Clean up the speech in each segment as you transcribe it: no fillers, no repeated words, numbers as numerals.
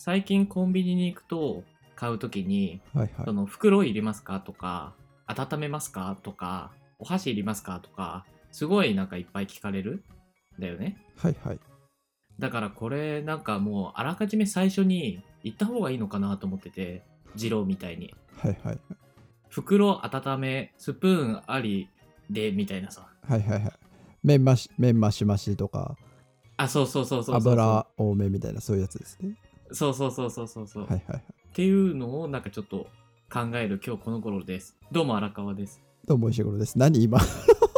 最近コンビニに行くと買うときに、 はいはい。 その袋いりますかとか、温めますかとか、お箸いりますかとか、すごいなんかいっぱい聞かれるんだよね。 はいはい。 だからこれなんかもうあらかじめ最初に言った方がいいのかなと思ってて、二郎みたいに。 はいはい。 袋温め、スプーンありでみたいなさ。 はいはいはい。麺マシとか、 あ、そうそうそうそうそうそう。 油多めみたいな、そういうやつですね。 そうそうそうそうそうそう。 はいはいはい。 っていうのをなんかちょっと考える今日この頃です。どうも荒川です。 どうも石黒です。何今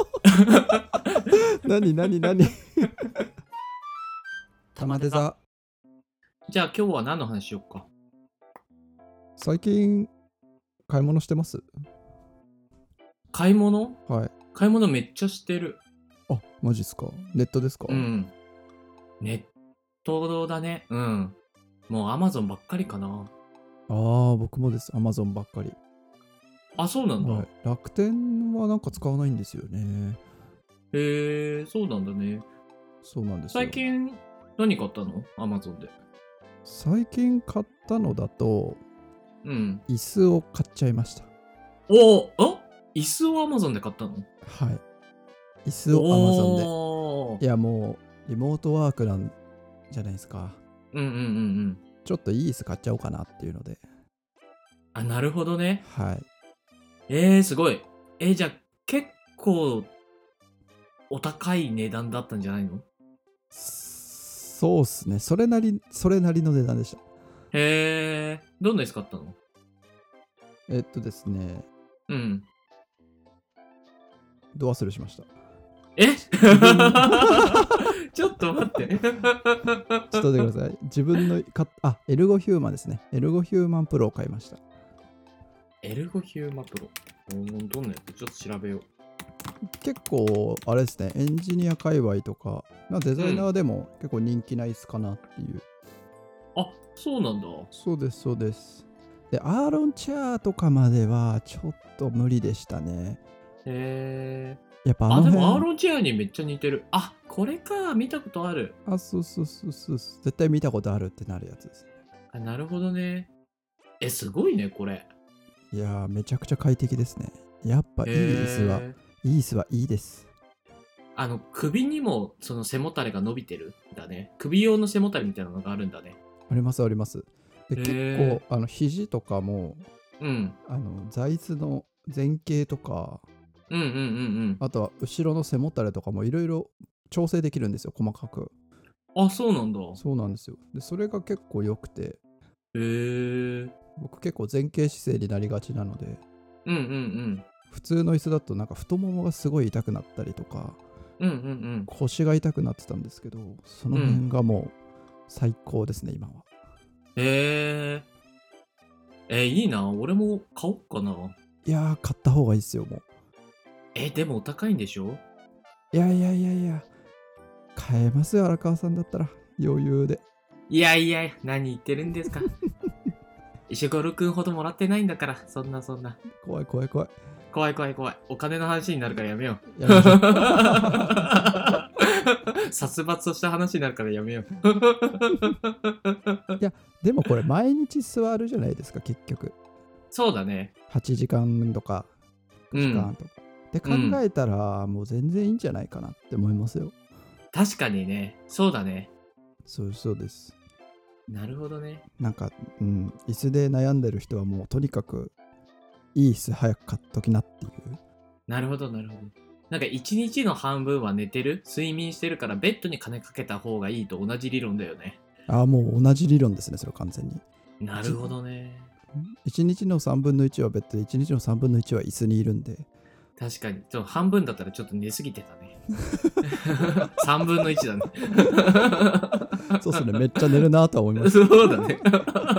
何玉手座。 じゃあ今日は何の話しよっか。 最近買い物してます？ 買い物はい。 買い物めっちゃしてる。 あ、マジっすか？ネットですか？ うん。ネットだね。うん。もう Amazon ばっかりかな。 ああ、僕もです。Amazon ばっかり。 あ、そうなんだ。 はい。楽天はなんか使わないんですよね。 へえ、そうなんだね。 そうなんですよ。 最近何買ったの Amazon で。 最近買ったのだと、 うん。 椅子を買っちゃいました。 椅子を Amazon で買ったの？ はい。椅子を Amazon で。 おー。 いやもうリモートワークなんじゃないですか。 うんうんうんうん。 ちょっといい椅子買っちゃおうかなっていうので。 あ、なるほどね。 はい。 すごい。じゃあ結構お高い値段だったんじゃないの？ そうっすね。それなりの値段でした。 へえ、どんな椅子買ったの？ ですね、 うん。 ど忘れしました。 え自分ちょっと待って。 ちょっと待ってください。自分のエルゴヒューマンですね。エルゴヒューマンプロを買いました。 エルゴヒューマプロ。どんなやつちょっと調べよう。 結構あれですね、エンジニア界隈とか、デザイナーでも結構人気な椅子かなっていう。 あ、そうなんだ。 そうですそうです。で、アーロンチェアとかまではちょっと無理でしたね。 へえ。 やっぱあ、でもアー辺、 ロンチェアにめっちゃ似てる。あ、これか。見たことある。 そう、絶対見たことあるってなるやつです。 あ、なるほどね。すごいね、これ。 いやー、めちゃくちゃ快適ですね。やっぱいい椅子は、 へえ。 いい椅子はいいです。 首にもその背もたれが伸びてるんだね。首用の背もたれみたいなのがあるんだね。 ありますあります。で、結構へえ。 肘とかもうん。 座椅子の前傾とか、 うんうんうんあとは後ろの背もたれとかもいろいろ調整できるんですよ、細かく。 うん。あ、そうなんだ。 そうなんですよ。で、それが結構良くて、 へえ。 僕結構前傾姿勢になりがちなので、 うんうん普通の椅子だとなんか太ももがすごい痛くなったりとか、 うん。うんうん腰が痛くなってたんですけど、そのうん。うん。 辺がもう最高ですね、今は。 へえ。いいな。俺も買おっかな。 いやー、買った方がいいですよ、もう。 でもお高いんでしょ？ いや、買えますよ、荒川さんだったら。余裕で。 いやいや、何言ってるんですか。石黒くんほどもらってないんだから、そんな。 怖い。 怖い。お金の話になるからやめよう。 やめましょう。 殺伐とした話になるからやめよう。 いや、でもこれ毎日座るじゃないですか、結局。 そうだね。 8時間とか9時間とか。で考うんえたら、もう全然いいんじゃないかなって思いますよ。 確かにね。そうだね。 そうです。 なるほどね。 なんか、椅子で悩んでる人はもうとにかくいい椅子早く買っときなっていう。 なるほど。なんか一日の半分は寝てる睡眠してるからベッドに金かけた方がいいと同じ理論だよね。 もう同じ理論ですね、それは完全に。 なるほどね。 1日の3分の1はベッドで、1日の3分の1は椅子にいるんで。 確かに。半分だったらちょっと寝すぎてたね。3分の1だね。 そうっすね、めっちゃ寝るなとは思います。 そうだね。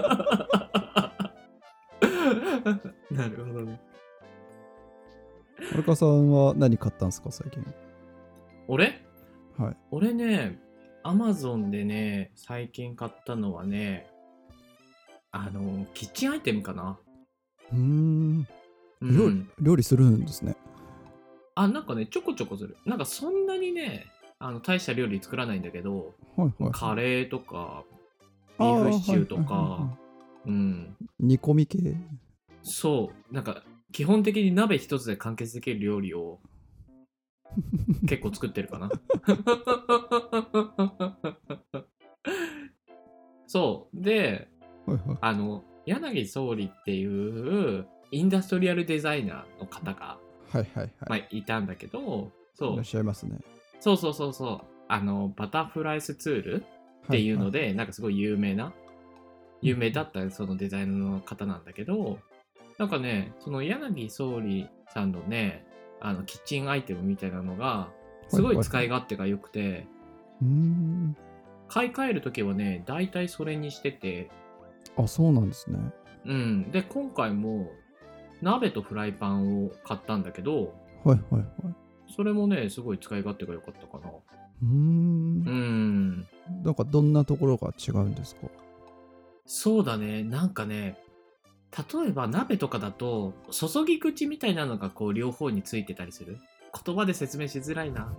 なるほどね。 荒川さんは何買ったんですか、最近。 俺はい。 俺ね、アマゾンでね、最近買ったのはね、キッチンアイテムかな。 うーん。 うん。 料理するんですね。 なんかね、ちょこちょこする。なんかそんなにね、大した料理作らないんだけど、 はい。 カレーとか、 ビーフシチューとはいはいか、 は煮込み系。 そう、なんか基本的に鍋一つで完結できる料理を結構作ってるかな。そうで、 はいはい柳総理っていうインダストリアルデザイナーの方が、 はいはいまあ、 はい。 いたんだけど、 いらっしゃいますね。 そう、バタフライスツールっていうので、なんかすごい有名だったそのデザイナーの方なんだけど、なんかね、その柳総理さんのね、キッチンアイテムみたいなのが、すごい使い勝手が良くて、買い替えるときはね、大体それにしてて、 あ、そうなんですね。 で、今回も鍋とフライパンを買ったんだけど、 はいはいはい。 それもね、すごい使い勝手が良かったかな。 なんかどんなところが違うんですか？ そうだね、なんかね、例えば鍋とかだと、注ぎ口みたいなのがこう両方についてたりする。言葉で説明しづらいな。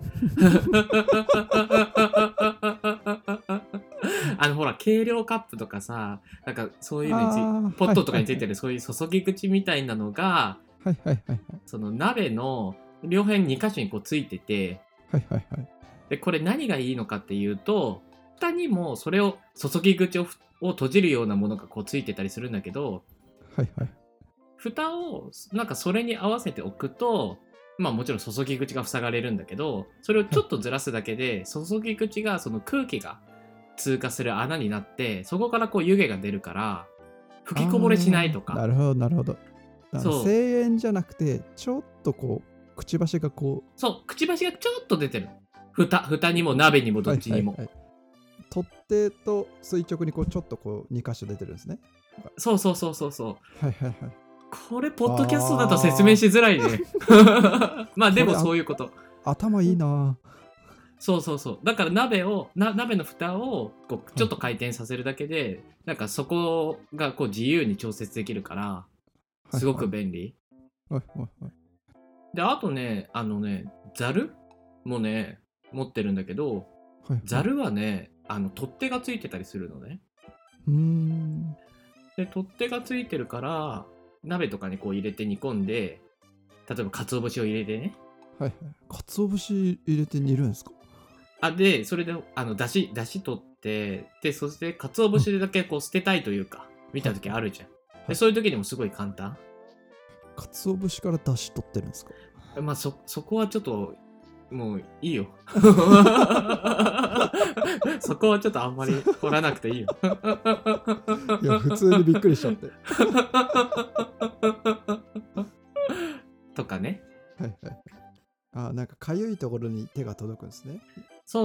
ほら、計量カップとかさ、なんかそういうのにポットとかについてるそういう注ぎ口みたいなのが、 はいはいはいはい。 その鍋の両辺2箇所にこうついてて、 はいはいはい。 で、これ何がいいのかっていうと、蓋にもそれを注ぎ口を閉じるようなものがこうついてたりするんだけど、 はいはい。 蓋をなんかそれに合わせておくと、まあもちろん注ぎ口が塞がれるんだけど、それをちょっとずらすだけで、注ぎ口がその空気が通過する穴になって、そこからこう湯気が出るから、吹きこぼれしないとか。 なるほどなるほど。 そう。 声援じゃなくて、ちょっとこう、くちばしがこう。 そう、くちばしがちょっと出てる。蓋にも鍋にもどっちにも。 はいはいはい、取っ手と垂直にこうちょっとこう2箇所出てるんですね。 そう。 はいはいはい。 これ、ポッドキャストだと説明しづらいね。まあでもそういうこと。 頭いいな。 そう。だから鍋の蓋をこうちょっと回転させるだけで、なんかそこがこう自由に調節できるから、すごく便利。 はいはいはい。 で、あとね、ザルもね、持ってるんだけど、 はいはい、 ザルはね、取っ手がついてたりするのね。で、取っ手がついてるから、鍋とかにこう入れて煮込んで、例えば鰹節を入れてね。 はいはい。鰹節入れて煮るんですか？ で、それで、だし取って、で、そして鰹節だけこう捨てたいというか、見たときあるじゃん。で、そういう時にもすごい簡単。 鰹節から出し取ってるんですか？ まあ、そこはちょっと、もういいよ。そこはちょっとあんまり掘らなくていいよ。 いや、普通にびっくりしちゃって。 とかね。 はいはい。なんかかゆいところに手が届くんですね。 そう。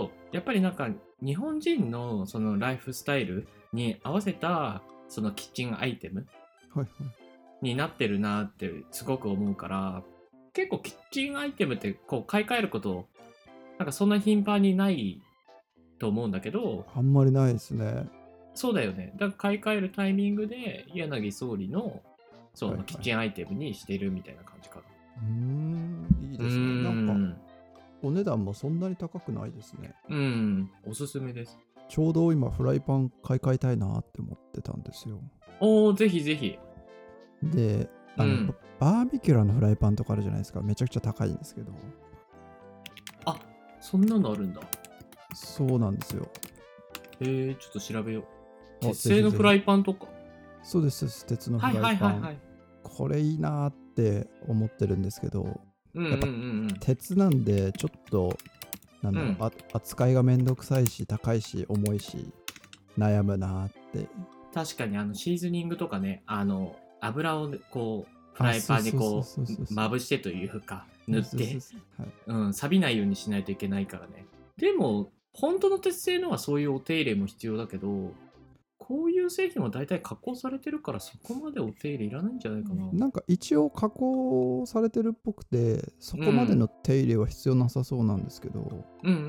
やっぱりなんか日本人のそのライフスタイルに合わせたそのキッチンアイテムになってるなってすごく思うから、結構キッチンアイテムってこう買い替えることなんかそんな頻繁にないと思うんだけど、 あんまりないですね。 そうだよね。だから買い替えるタイミングで柳総理のそのキッチンアイテムにしてるみたいな感じかな。 いいですね。なんかお値段もそんなに高くないですね。 おすすめです。 ちょうど今フライパン買い替えたいなって思ってたんですよ。 ぜひぜひ。 で、バーミキュラのフライパンとかあるじゃないですか。めちゃくちゃ高いんですけど。 あ、そんなのあるんだ。 そうなんですよ。 ちょっと調べよう。鉄製のフライパンとか。 そうです、鉄のフライパン。 はい。 これいいなって思ってるんですけど、 やっぱ鉄なんでちょっとなんだろう、扱いがめんどくさいし高いし重いし悩むなって。 確かにシーズニングとかね、油をこうフライパンにこうまぶしてというか塗って錆びないようにしないといけないからね。でも本当の鉄製のはそういうお手入れも必要だけど、こういう製品は大体加工されてるからそこまでお手入れいらないんじゃないかな。 なんか一応加工されてるっぽくてそこまでの手入れは必要なさそうなんですけど、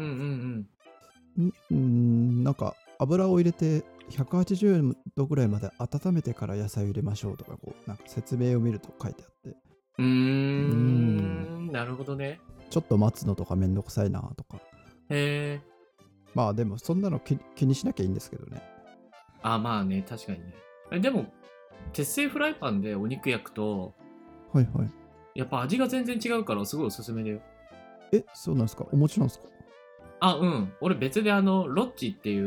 なんか油を入れて180度ぐらいまで温めてから野菜を入れましょうとか、こうなんか説明を見ると書いてあって、 なるほどね。 ちょっと待つのとかめんどくさいなとか。まあでもそんなの気にしなきゃいいんですけどね。 あ、まあね、確かにね。でも、鉄製フライパンでお肉焼くと、 はいはい。 やっぱ味が全然違うからすごいおすすめだよ。 え、そうなんですか？お持ちなんですか？ あ、うん。俺別でロッチっていう、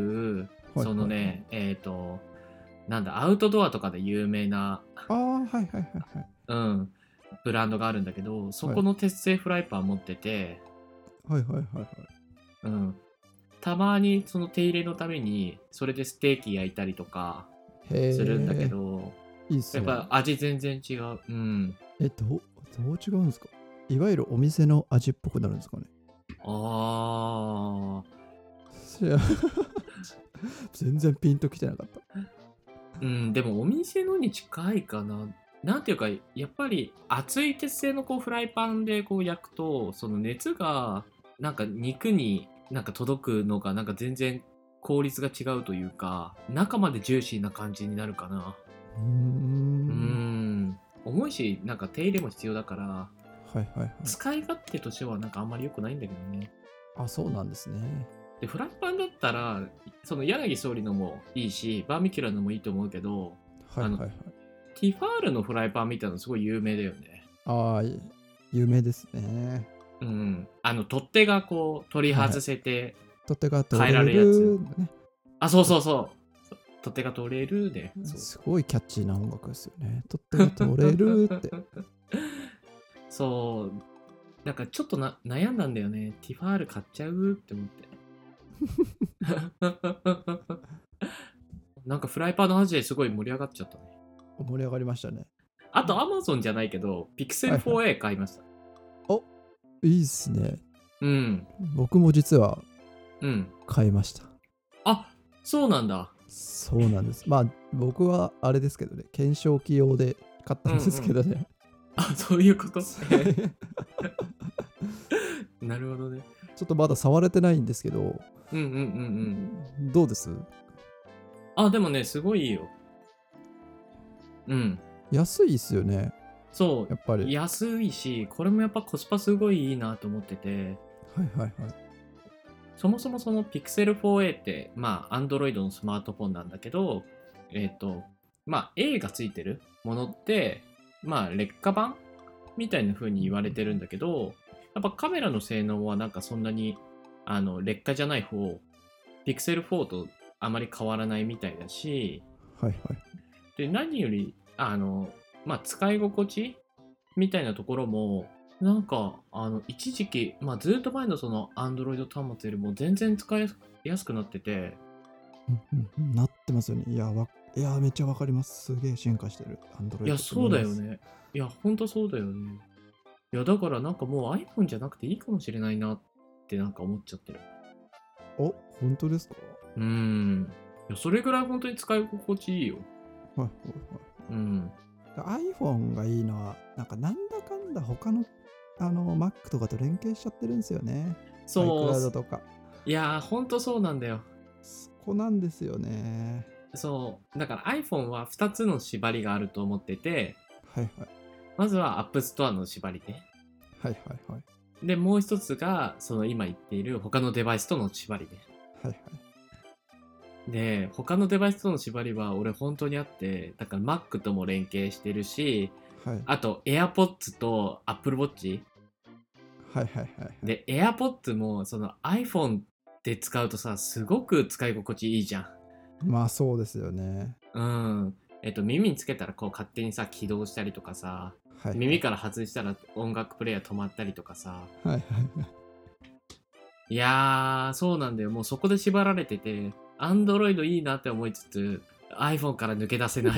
はいそのはいはい。 ね、なんだ、アウトドアとかで有名な、 ああ、はいはいはいはい。 うん、ブランドがあるんだけど、そはいこの鉄製フライパン持ってて、 はいはいはいはい。 うん。たまにその手入れのために、それでステーキ焼いたりとかするんだけへえ、 ど、 いいっすね。 やっぱ味全然違う。うん。 え、どう違うんですか？いわゆるお店の味っぽくなるんですかね？ あいや全然ピンときてなかった。 うん、でもお店のに近いかな。なんていうか、やっぱり熱い鉄製のこうフライパンでこう焼くと、その熱がなんか肉になんか届くのがなんか全然効率が違うというか、中までジューシーな感じになるかな。 うーうーん。 ん。重いし、なんか手入れも必要だから、 はいはいはい。 使い勝手としてはなんかあんまり良くないんだけどね。 あ、そうなんですね。 で、フライパンだったら、その柳総理のもいいし、バーミキュラのもいいと思うけど、あの、 はいはいはい。 ティファールのフライパンみたいなのすごい有名だよね。 ああ、有名ですね。 うん。取っ手がこう取りはい。 外せて取っ手が取変えられれるやつ。 るね。 あ、そうそうそう。取っ手が取れるで。そう。 すごいキャッチーな音楽ですよね。取っ手が取れるって。 そう。なんかちょっと悩んだんだよね。ティファール買っちゃうって思って。なんかフライパンの話ですごい盛り上がっちゃったね。 盛り上がりましたね。 あと Amazon じゃないけど、ピクセルはいはい。 4A 買いました。 お、いいっすね。 うん。 僕も実はうん。 買いました。 あ、そうなんだ。 そうなんです。まあ、僕はあれですけどね、検証機用で買ったんですうんうん。 けどね。 あ、そういうこと。 ちなるほどね。 ょっとまだ触れてないんですけど、 うんうんうんうん。 どうです？ あ、でもね、すごいいいよ。うん。 安いっすよね、 そう、 やっぱり。 安いし、これもやっぱコスパすごいいいなと思ってて、 はいはいはい。 そもそもその Pixel 4a って、まあ、Android のスマートフォンなんだけど、えっ、と、まあ、A がついてるものって、まあ、劣化版みたいな風に言われてるんだけど、やっぱカメラの性能はなんかそんなに、劣化じゃない方、Pixel 4とあまり変わらないみたいだし、 はいはい。 で、何より、まあ、使い心地みたいなところも、なんか、一時期、まあ、ずっと前のその Android 端末よりも全然使いやすくなってて、 なってますよね。いや、めっちゃわかります。すげえ進化してる。 い Android や、 ってそう思います。 だよね。いや、ほんとそうだよね。いや、だからなんかもう iPhone じゃなくていいかもしれないなってなんか思っちゃってる。 お、本当ですか？ うーん。いや、それぐらい本当に使い心地いいよ。 はいはいうん。 はい。iPhone がいいのは、なんだかんだ他のMac とかと連携しちゃってるんですよね。 そう、 iCloud とか。 いやー、ほんとそうなんだよ。 そこなんですよね。 そう。だから iPhone は2つの縛りがあると思ってて、 はいはい。 まずは App Store の縛りね。 はいはいはい。 で、もう一つが、その今言っている他のデバイスとの縛りで。 はいはい。 で、他のデバイスとの縛りは俺本当にあって、だから Mac とも連携してるし、 はい。 あと AirPods と Apple Watch。 はいはいはいはい。 で、AirPods もその iPhone で使うとさ、すごく使い心地いいじゃん。 まあそうですよね。 うん。耳につけたらこう勝手にさ、起動したりとかさ、 はいはい。 耳から外したら音楽プレイヤー止まったりとかさ。 はいはいはい。 いやー、そうなんだよ。もうそこで縛られてて、Android いいなって思いつつ、iPhone から抜け出せない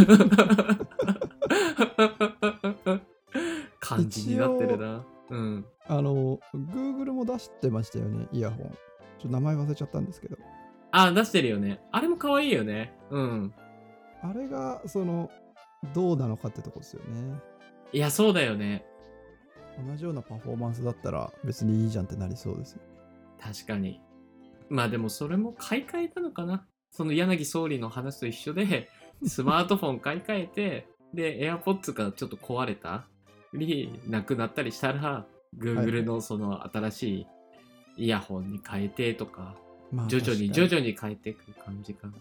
感じになってる一応、 な。うん。 Google も出してましたよね、イヤホン。名前忘れちゃったんですけど。 あ、出してるよね。あれも可愛いよね。うん。 あれが、どうなのかってとこですよね。 いや、そうだよね。 同じようなパフォーマンスだったら別にいいじゃんってなりそうですよね。 確かに。まあでもそれも買い替えたのかな。その柳総理の話と一緒で、スマートフォン買い替えて、で、AirPods がちょっと壊れたり、なくなったりしたら、 はいは Google い。 のその新しいイヤホンに変えてとか、 まあ徐々 確かに。 に徐々に変えていく感じかな。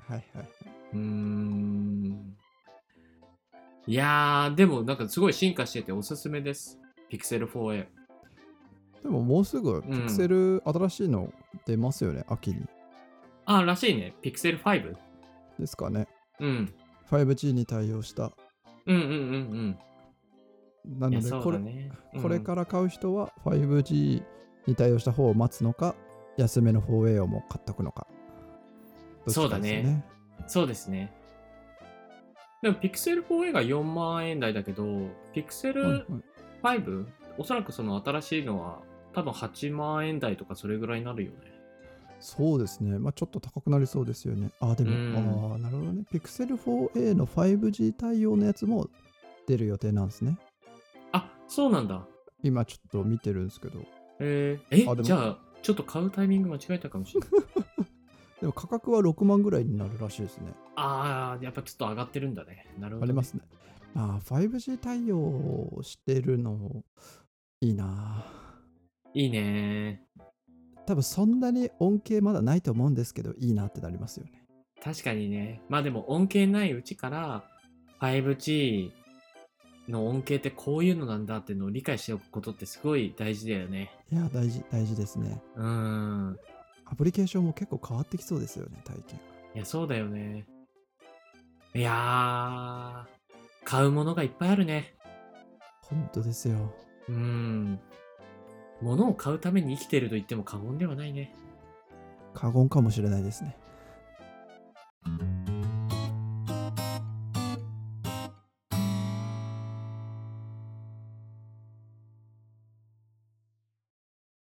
はいはい。 うーん。いやー、でもなんかすごい進化してておすすめです。Pixel 4a。 でももうすぐうん。 ピクセル新しいの出ますよね、秋に。 あ、らしいね。Pixel 5? ですかね。 うん。 5G に対応した。 うんうんうんうん。いや、 なので、 そうだね。うこれん。 から買う人は 5G に対応した方を待つのか、安めの 4A をも買っとくのか、どっちかそうだね。 ですよね。 そうですね。でも Pixel 4a が4万円台だけど、Pixel はいはい。 5? おそらくその新しいのは多分8万円台とかそれぐらいになるよね。 そうですね。まあちょっと高くなりそうですよね。あ、でうも、 ん。 なるほどね。Pixel 4a の 5G 対応のやつも出る予定なんですね。 あ、そうなんだ。 今ちょっと見てるんですけど。でも、 じゃあ、ちょっと買うタイミング間違えたかもしれない。 でも価格は6万ぐらいになるらしいですね。 ああ、やっぱちょっと上がってるんだね。なるほどね。 ありますね。5G 対応してるのいいな。 いいね。 多分そんなに恩恵まだないと思うんですけど、いいなってなりますよね。 確かにね。まあでも恩恵ないうちから 5G の恩恵ってこういうのなんだっていうのを理解しておくことってすごい大事だよね。 いや、大事ですね。 うーん。 アプリケーションも結構変わってきそうですよね、体験いや、そうだよね。いやー、買うものがいっぱいあるね。 が。本当ですよ。 うーん。物を買うために生きてると言っても過言ではないね。 過言かもしれないですね。